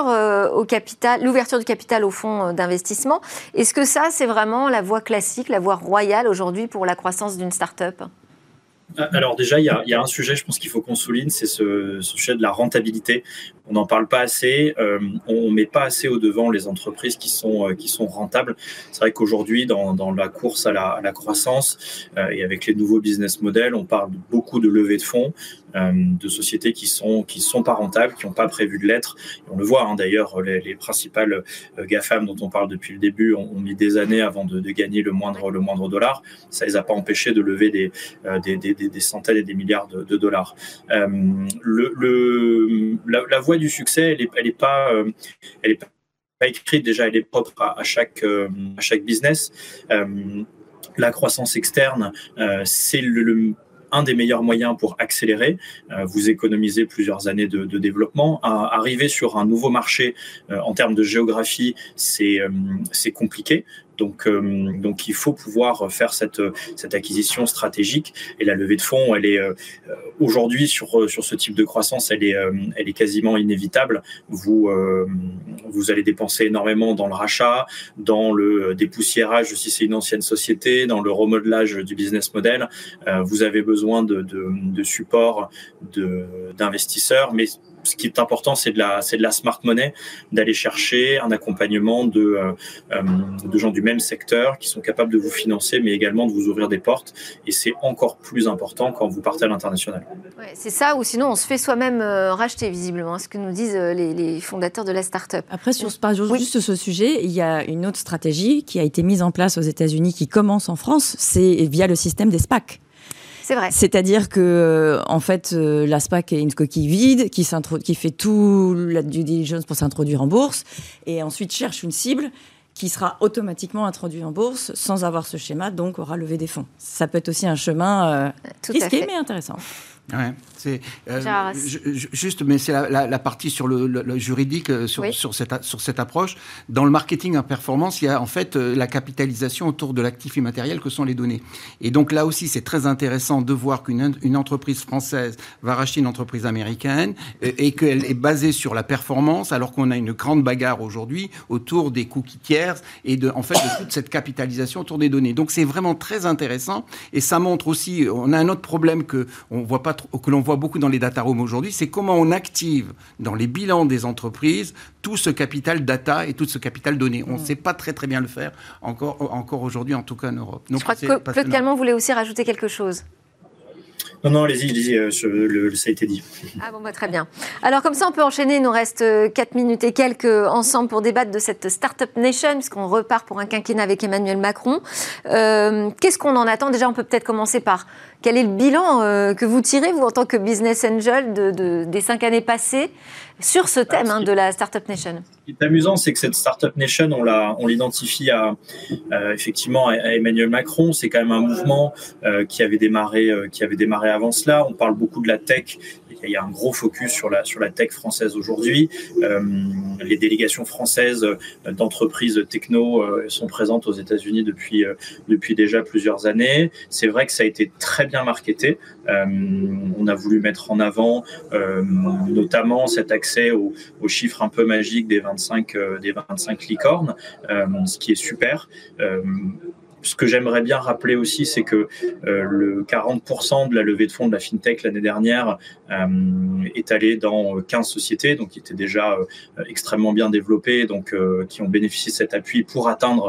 A: du capital au fonds d'investissement. Est-ce que ça, c'est vraiment la voie classique, la voie royale aujourd'hui pour la croissance d'une start-up ?
E: Alors déjà, il y a un sujet, je pense qu'il faut qu'on souligne, c'est ce sujet de la rentabilité. On n'en parle pas assez, on met pas assez au devant les entreprises qui sont rentables. C'est vrai qu'aujourd'hui, dans la course à la croissance et avec les nouveaux business models, on parle beaucoup de levée de fonds, de sociétés qui sont pas rentables, qui n'ont pas prévu de l'être. Et on le voit d'ailleurs, les principales GAFAM dont on parle depuis le début ont mis des années avant de gagner le moindre dollar. Ça les a pas empêchés de lever des centaines et des milliards de dollars. La voie du succès, elle est pas écrite déjà, elle est propre à chaque business. La croissance externe, c'est un des meilleurs moyens pour accélérer. Vous économisez plusieurs années de développement. Arriver sur un nouveau marché en termes de géographie, c'est compliqué. Donc, il faut pouvoir faire cette acquisition stratégique. Et la levée de fonds, elle est aujourd'hui sur ce type de croissance, elle est quasiment inévitable. Vous allez dépenser énormément dans le rachat, dans le dépoussiérage si c'est une ancienne société, dans le remodelage du business model. Vous avez besoin de support d'investisseurs, mais ce qui est important, c'est de la smart money, d'aller chercher un accompagnement de gens du même secteur qui sont capables de vous financer, mais également de vous ouvrir des portes. Et c'est encore plus important quand vous partez à l'international.
A: Ouais, c'est ça, ou sinon on se fait soi-même racheter, visiblement, ce que nous disent les fondateurs de la start-up.
D: Après, juste ce sujet, il y a une autre stratégie qui a été mise en place aux États-Unis, qui commence en France, c'est via le système des SPAC.
A: C'est vrai.
D: C'est-à-dire que, en fait, la SPAC est une coquille vide qui fait tout la due diligence pour s'introduire en bourse et ensuite cherche une cible qui sera automatiquement introduit en bourse sans avoir ce schéma, donc aura levé des fonds. Ça peut être aussi un chemin risqué, mais intéressant.
C: Ouais, c'est juste, mais c'est la partie sur le juridique, sur cette approche. Dans le marketing en performance, il y a en fait la capitalisation autour de l'actif immatériel que sont les données. Et donc là aussi, c'est très intéressant de voir qu'une entreprise française va racheter une entreprise américaine et qu'elle est basée sur la performance, alors qu'on a une grande bagarre aujourd'hui autour des cookies tiers et de toute cette capitalisation autour des données. Donc c'est vraiment très intéressant et ça montre aussi, on a un autre problème que l'on voit beaucoup dans les data rooms aujourd'hui, c'est comment on active dans les bilans des entreprises tout ce capital data et tout ce capital données. On ne sait pas très très bien le faire encore aujourd'hui, en tout cas en Europe. Donc,
A: je crois que Claude Calment voulait aussi rajouter quelque chose.
E: Non, allez-y, ça a été dit.
A: Ah bon, très bien. Alors comme ça, on peut enchaîner, il nous reste 4 minutes et quelques ensemble pour débattre de cette Startup Nation, puisqu'on repart pour un quinquennat avec Emmanuel Macron. Qu'est-ce qu'on en attend ? Déjà, on peut peut-être commencer par quel est le bilan que vous tirez, vous, en tant que business angel, des 5 années passées sur ce thème de la Startup Nation ?
E: Ce qui est amusant, c'est que cette Startup Nation, on l'identifie effectivement à Emmanuel Macron. C'est quand même un mouvement qui avait démarré avant cela. On parle beaucoup de la tech. Il y a un gros focus sur la tech française aujourd'hui. Les délégations françaises d'entreprises techno sont présentes aux États-Unis depuis déjà plusieurs années. C'est vrai que ça a été très bien marketé. On a voulu mettre en avant notamment cet accès aux chiffres un peu magiques des 25 licornes, ce qui est super. Ce que j'aimerais bien rappeler aussi, c'est que le 40% de la levée de fonds de la FinTech l'année dernière est allé dans 15 sociétés, donc qui étaient déjà extrêmement bien développées, donc qui ont bénéficié de cet appui pour atteindre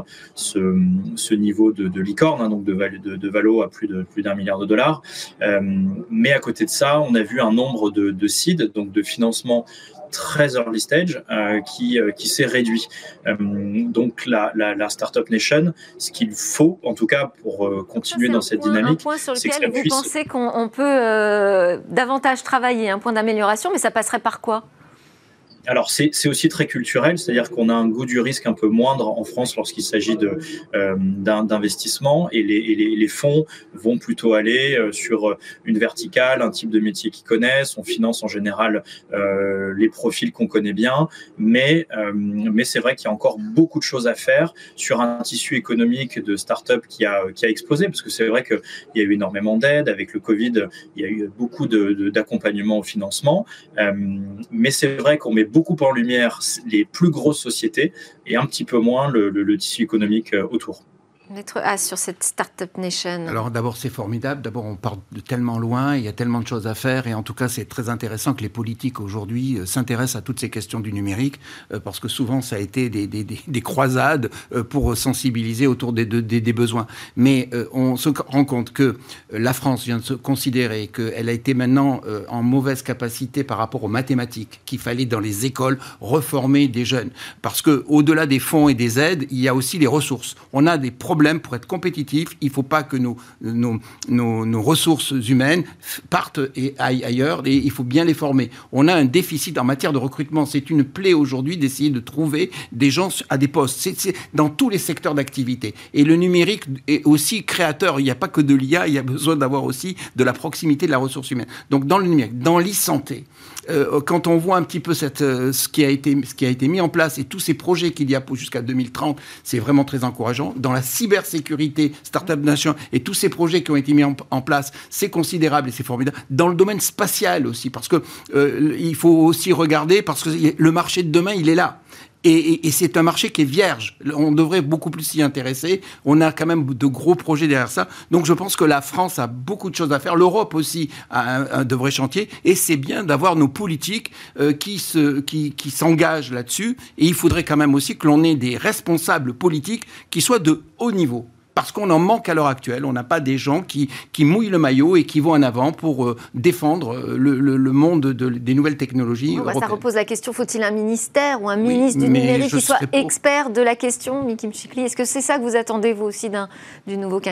E: ce niveau de licorne, donc de valo à plus d'1 milliard de dollars. Mais à côté de ça, on a vu un nombre de seed, donc de financement très early stage, qui s'est réduit. Donc la Startup Nation, ce qu'il faut, en tout cas, pour continuer dans cette dynamique,
A: un point sur lequel vous pensez qu'on peut davantage travailler, un point d'amélioration, mais ça passerait par quoi ?
E: Alors, c'est aussi très culturel, c'est-à-dire qu'on a un goût du risque un peu moindre en France lorsqu'il s'agit d'investissement et les fonds vont plutôt aller sur une verticale, un type de métier qu'ils connaissent. On finance en général les profils qu'on connaît bien, mais c'est vrai qu'il y a encore beaucoup de choses à faire sur un tissu économique de start-up qui a explosé, parce que c'est vrai qu'il y a eu énormément d'aides. Avec le Covid, il y a eu beaucoup d'accompagnement au financement, mais c'est vrai qu'on met beaucoup en lumière les plus grosses sociétés et un petit peu moins le tissu économique autour.
A: Maître sur cette Startup Nation.
C: Alors d'abord, c'est formidable. D'abord, on part de tellement loin, il y a tellement de choses à faire. Et en tout cas, c'est très intéressant que les politiques aujourd'hui s'intéressent à toutes ces questions du numérique, parce que souvent, ça a été des croisades pour sensibiliser autour des besoins. Mais on se rend compte que la France vient de se considérer qu'elle a été maintenant en mauvaise capacité par rapport aux mathématiques, qu'il fallait dans les écoles reformer des jeunes. Parce qu'au-delà des fonds et des aides, il y a aussi les ressources. On a des problème pour être compétitif. Il ne faut pas que nos ressources humaines partent et aillent ailleurs, et il faut bien les former. On a un déficit en matière de recrutement. C'est une plaie aujourd'hui d'essayer de trouver des gens à des postes. C'est dans tous les secteurs d'activité. Et le numérique est aussi créateur. Il n'y a pas que de l'IA, il y a besoin d'avoir aussi de la proximité de la ressource humaine. Donc dans le numérique, dans l'e-santé, quand on voit un petit peu ce qui a été mis en place et tous ces projets qu'il y a jusqu'à 2030, c'est vraiment très encourageant. Dans la cybersécurité, Startup Nation et tous ces projets qui ont été mis en place, c'est considérable et c'est formidable. Dans le domaine spatial aussi, parce que il faut aussi regarder, parce que le marché de demain, il est là. Et c'est un marché qui est vierge. On devrait beaucoup plus s'y intéresser. On a quand même de gros projets derrière ça. Donc je pense que la France a beaucoup de choses à faire. L'Europe aussi a de vrais chantiers. Et c'est bien d'avoir nos politiques qui s'engagent là-dessus. Et il faudrait quand même aussi que l'on ait des responsables politiques qui soient de haut niveau. Parce qu'on en manque à l'heure actuelle. On n'a pas des gens qui mouillent le maillot et qui vont en avant pour défendre le monde des nouvelles technologies.
A: Ça repose la question, faut-il un ministère ou un ministre du numérique qui soit expert de la question, Miki Mchikli ? Est-ce que c'est ça que vous attendez, vous aussi, du nouveau quinquennat ?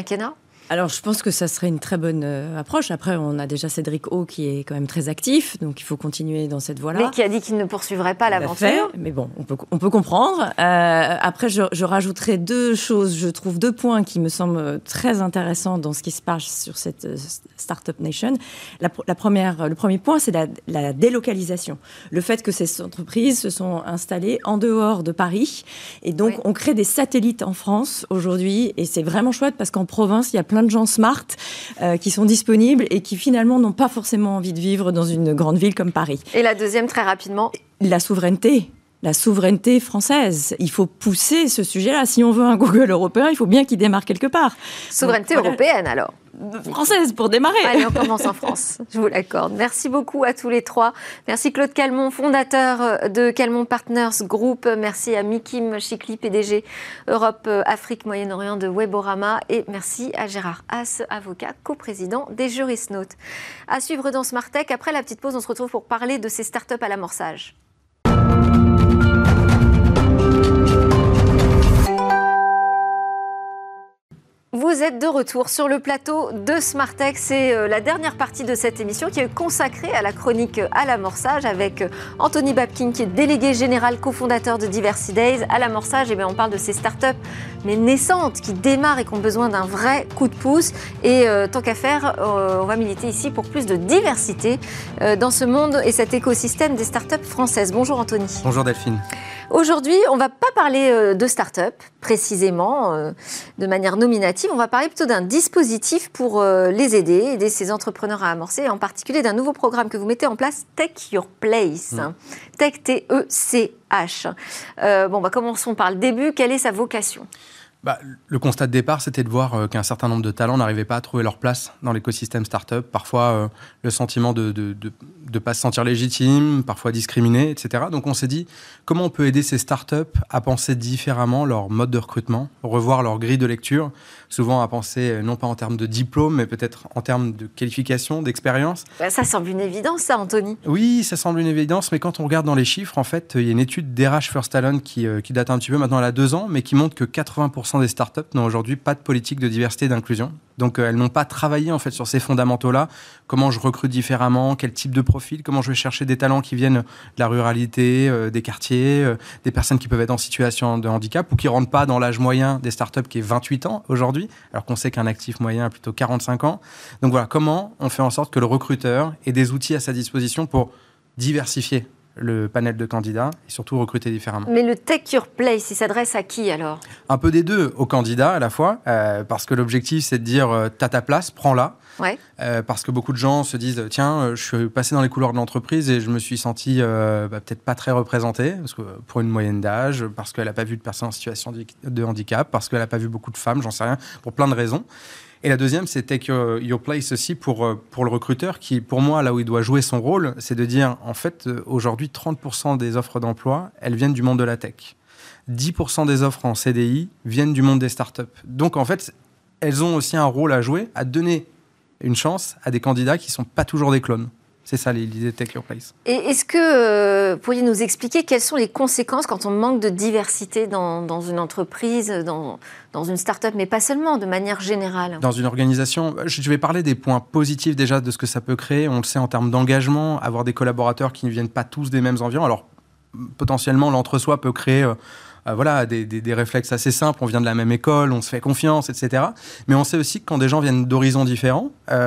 D: Alors, je pense que ça serait une très bonne approche. Après, on a déjà Cédric O qui est quand même très actif, donc il faut continuer dans cette voie-là.
A: Mais qui a dit qu'il ne poursuivrait pas l'aventure.
D: Mais bon, on peut comprendre. Après, je rajouterai deux choses. Je trouve deux points qui me semblent très intéressants dans ce qui se passe sur cette Startup Nation. Le premier point, c'est la délocalisation. Le fait que ces entreprises se sont installées en dehors de Paris. Et donc, on crée des satellites en France aujourd'hui. Et c'est vraiment chouette parce qu'en province, il y a plein de gens smart qui sont disponibles et qui finalement n'ont pas forcément envie de vivre dans une grande ville comme Paris.
A: Et la deuxième, très rapidement,
D: la souveraineté française. Il faut pousser ce sujet-là. Si on veut un Google européen, il faut bien qu'il démarre quelque part.
A: Souveraineté européenne, alors.
D: Française, pour démarrer.
A: Allez, on commence en France, je vous l'accorde. Merci beaucoup à tous les trois. Merci Claude Calmont, fondateur de Calmont Partners Group. Merci à Mikim Chikli, PDG Europe, Afrique, Moyen-Orient de Weborama. Et merci à Gérard Haas, avocat, coprésident des Jurisnautes. À suivre dans Smart Tech. Après la petite pause, on se retrouve pour parler de ces startups à l'amorçage. Vous êtes de retour sur le plateau de Smart Tech. C'est la dernière partie de cette émission qui est consacrée à la chronique à l'amorçage avec Anthony Babkin qui est délégué général, cofondateur de Diversity Days. À l'amorçage, on parle de ces startups mais naissantes qui démarrent et qui ont besoin d'un vrai coup de pouce. Et tant qu'à faire, on va militer ici pour plus de diversité dans ce monde et cet écosystème des startups françaises. Bonjour Anthony.
F: Bonjour Delphine.
A: Aujourd'hui, on ne va pas parler de start-up précisément, de manière nominative. On va parler plutôt d'un dispositif pour les aider ces entrepreneurs à amorcer, et en particulier d'un nouveau programme que vous mettez en place, Tech Your Place. Tech, T-E-C-H. Commençons par le début. Quelle est sa vocation ?
F: Le constat de départ, c'était de voir qu'un certain nombre de talents n'arrivaient pas à trouver leur place dans l'écosystème start-up. Parfois, le sentiment de ne pas se sentir légitime, parfois discriminé, etc. Donc, on s'est dit, comment on peut aider ces start-up à penser différemment leur mode de recrutement, revoir leur grille de lecture, souvent à penser non pas en termes de diplôme, mais peut-être en termes de qualification, d'expérience.
A: Ça semble une évidence, ça, Anthony.
F: Oui, ça semble une évidence, mais quand on regarde dans les chiffres, en fait, il y a une étude d'RH First Talent qui date un petit peu, maintenant elle a 2 ans, mais qui montre que 80% des startups n'ont aujourd'hui pas de politique de diversité et d'inclusion. Donc, elles n'ont pas travaillé en fait sur ces fondamentaux-là. Comment je recrute différemment, quel type de profil, comment je vais chercher des talents qui viennent de la ruralité, des quartiers, des personnes qui peuvent être en situation de handicap ou qui ne rentrent pas dans l'âge moyen des startups qui est 28 ans aujourd'hui, alors qu'on sait qu'un actif moyen a plutôt 45 ans. Donc voilà, comment on fait en sorte que le recruteur ait des outils à sa disposition pour diversifier le panel de candidats et surtout recruter différemment.
A: Mais le Tech Your Place, il s'adresse à qui alors ?
F: Un peu des deux, aux candidats à la fois, parce que l'objectif c'est de dire t'as ta place, prends-la.
A: Ouais.
F: Parce que beaucoup de gens se disent tiens, je suis passé dans les couloirs de l'entreprise et je me suis senti peut-être pas très représenté parce que pour une moyenne d'âge, parce qu'elle n'a pas vu de personnes en situation de handicap, parce qu'elle n'a pas vu beaucoup de femmes, j'en sais rien, pour plein de raisons. Et la deuxième, c'est Take Your Place aussi pour le recruteur qui, pour moi, là où il doit jouer son rôle, c'est de dire, en fait, aujourd'hui, 30% des offres d'emploi, elles viennent du monde de la tech. 10% des offres en CDI viennent du monde des startups. Donc, en fait, elles ont aussi un rôle à jouer, à donner une chance à des candidats qui ne sont pas toujours des clones. C'est ça l'idée de Take Your Place.
A: Et est-ce que vous pourriez nous expliquer quelles sont les conséquences quand on manque de diversité dans une entreprise, dans une start-up, mais pas seulement, de manière générale ?
F: Dans une organisation, je vais parler des points positifs déjà de ce que ça peut créer. On le sait en termes d'engagement, avoir des collaborateurs qui ne viennent pas tous des mêmes environs. Alors, potentiellement, l'entre-soi peut créer... des réflexes assez simples, on vient de la même école, on se fait confiance, etc. Mais on sait aussi que quand des gens viennent d'horizons différents,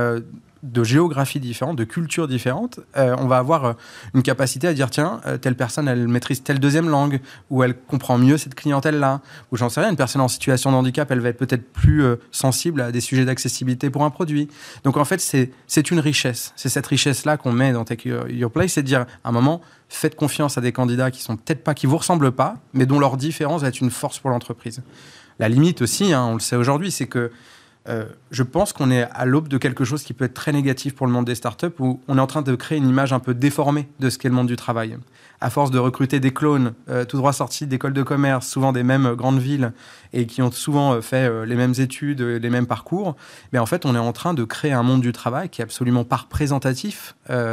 F: de géographies différentes, de cultures différentes, on va avoir une capacité à dire tiens, telle personne, elle maîtrise telle deuxième langue, ou elle comprend mieux cette clientèle-là, ou j'en sais rien, une personne en situation de handicap, elle va être peut-être plus sensible à des sujets d'accessibilité pour un produit. Donc en fait, c'est une richesse. C'est cette richesse-là qu'on met dans Take Your Place, c'est de dire à un moment, faites confiance à des candidats qui sont peut-être pas, qui vous ressemblent pas, mais dont leur différence va être une force pour l'entreprise. La limite aussi, on le sait aujourd'hui, c'est que je pense qu'on est à l'aube de quelque chose qui peut être très négatif pour le monde des startups, où on est en train de créer une image un peu déformée de ce qu'est le monde du travail. À force de recruter des clones tout droit sortis d'écoles de commerce, souvent des mêmes grandes villes, et qui ont souvent fait les mêmes études, les mêmes parcours, mais en fait, on est en train de créer un monde du travail qui est absolument pas représentatif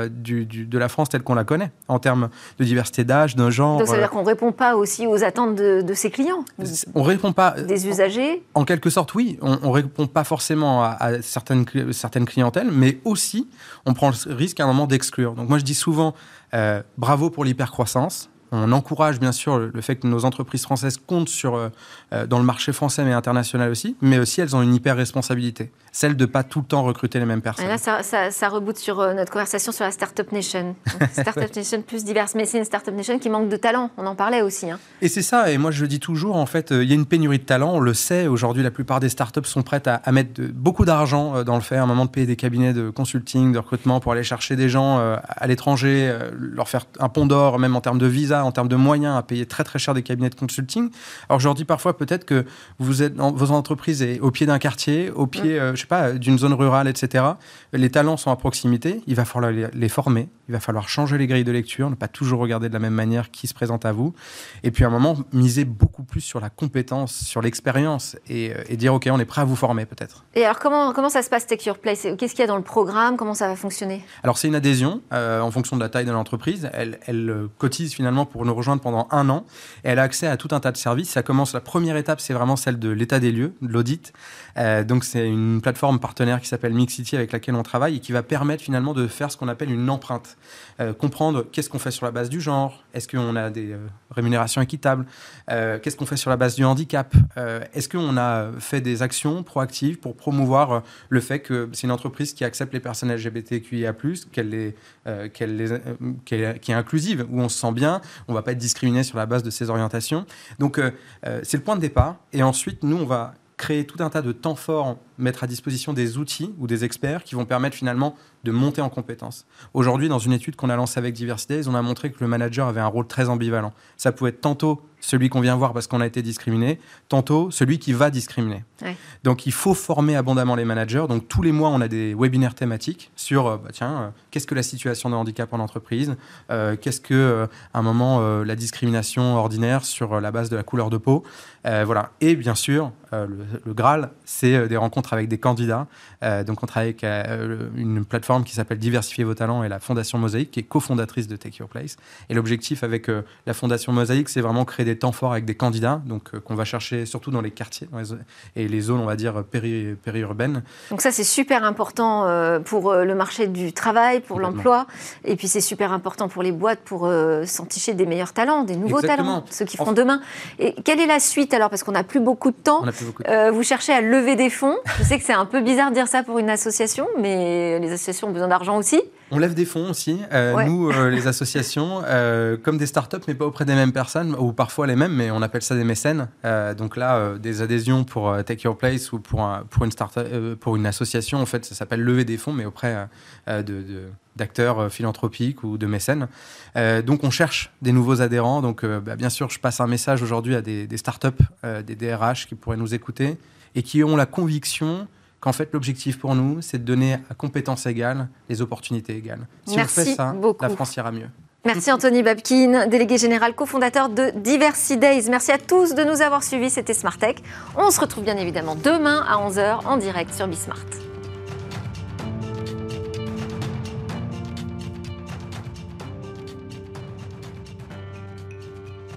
F: de la France telle qu'on la connaît, en termes de diversité d'âge, de genre.
A: Donc ça veut dire qu'on ne répond pas aussi aux attentes de ses clients ?
F: On répond pas...
A: Des usagers ?
F: En quelque sorte, oui. On répond pas pas forcément à certaines clientèles, mais aussi, on prend le risque à un moment d'exclure. Donc moi, je dis souvent, bravo pour l'hypercroissance. On encourage bien sûr le fait que nos entreprises françaises comptent dans le marché français mais international aussi, mais aussi elles ont une hyper responsabilité, celle de ne pas tout le temps recruter les mêmes personnes.
A: Et là, ça reboot sur notre conversation sur la Startup Nation. Startup Nation plus diverse, mais c'est une Startup Nation qui manque de talent, on en parlait aussi.
F: Et c'est ça, et moi je le dis toujours, en fait, il y a une pénurie de talent, on le sait, aujourd'hui la plupart des startups sont prêtes à mettre beaucoup d'argent dans le fait, à un moment de payer des cabinets de consulting, de recrutement pour aller chercher des gens à l'étranger, leur faire un pont d'or, même en termes de visa, en termes de moyens, à payer très très cher des cabinets de consulting. Alors je leur dis parfois peut-être que vous êtes vos entreprises est au pied d'un quartier, au pied, je sais pas, d'une zone rurale, etc. Les talents sont à proximité, il va falloir les former, il va falloir changer les grilles de lecture, ne pas toujours regarder de la même manière qui se présente à vous, et puis à un moment miser beaucoup plus sur la compétence, sur l'expérience, et dire ok, on est prêt à vous former peut-être.
A: Et alors comment ça se passe Take Your Place? Qu'est-ce qu'il y a dans le programme? Comment ça va fonctionner?
F: Alors c'est une adhésion en fonction de la taille de l'entreprise. Elle cotise finalement pour nous rejoindre pendant 1 an, et elle a accès à tout un tas de services. Ça commence, la première étape, c'est vraiment celle de l'état des lieux, de l'audit. Donc c'est une plateforme partenaire qui s'appelle Mixity avec laquelle on travaille et qui va permettre finalement de faire ce qu'on appelle une empreinte. Comprendre qu'est-ce qu'on fait sur la base du genre, est-ce qu'on a des rémunérations équitables, qu'est-ce qu'on fait sur la base du handicap, est-ce qu'on a fait des actions proactives pour promouvoir le fait que c'est une entreprise qui accepte les personnes LGBTQIA+, qui est inclusive, où on se sent bien, on ne va pas être discriminé sur la base de ses orientations. Donc c'est le point de départ, et ensuite nous on va créer tout un tas de temps forts, mettre à disposition des outils ou des experts qui vont permettre finalement de monter en compétences. Aujourd'hui, dans une étude qu'on a lancée avec Diversidays, on a montré que le manager avait un rôle très ambivalent. Ça pouvait être tantôt celui qu'on vient voir parce qu'on a été discriminé, tantôt celui qui va discriminer. Ouais. Donc il faut former abondamment les managers. Donc tous les mois, on a des webinaires thématiques sur qu'est-ce que la situation de handicap en entreprise, qu'est-ce que à un moment la discrimination ordinaire sur la base de la couleur de peau. Voilà. Et bien sûr, le Graal, c'est des rencontres avec des candidats. Donc on travaille avec une plateforme qui s'appelle Diversifier vos talents et la Fondation Mosaïque, qui est cofondatrice de Take Your Place. Et l'objectif avec la Fondation Mosaïque, c'est vraiment créer des temps forts avec des candidats, donc qu'on va chercher surtout dans les quartiers et les zones, on va dire, périurbaines.
A: Donc ça, c'est super important pour le marché du travail, pour l'emploi. Et puis c'est super important pour les boîtes pour s'enticher des meilleurs talents, des nouveaux talents, ceux qui feront demain. Et quelle est la suite alors? Parce qu'on n'a plus beaucoup de temps. Vous cherchez à lever des fonds. Je sais que c'est un peu bizarre de dire ça pour une association, mais les associations ont besoin d'argent aussi.
F: On lève des fonds aussi. Nous, les associations, comme des startups, mais pas auprès des mêmes personnes, ou parfois les mêmes, mais on appelle ça des mécènes. Donc là, des adhésions pour Take Your Place ou pour une association, en fait, ça s'appelle lever des fonds, mais auprès d'acteurs philanthropiques ou de mécènes. Donc on cherche des nouveaux adhérents. Donc bien sûr, je passe un message aujourd'hui à des startups, des DRH qui pourraient nous écouter et qui ont la conviction qu'en fait, l'objectif pour nous, c'est de donner à compétences égales les opportunités égales. Si on fait ça, la France ira mieux.
A: Merci Anthony Babkin, délégué général, cofondateur de Diversidays. Merci à tous de nous avoir suivis, c'était Smart Tech. On se retrouve bien évidemment demain à 11h en direct sur Bismart.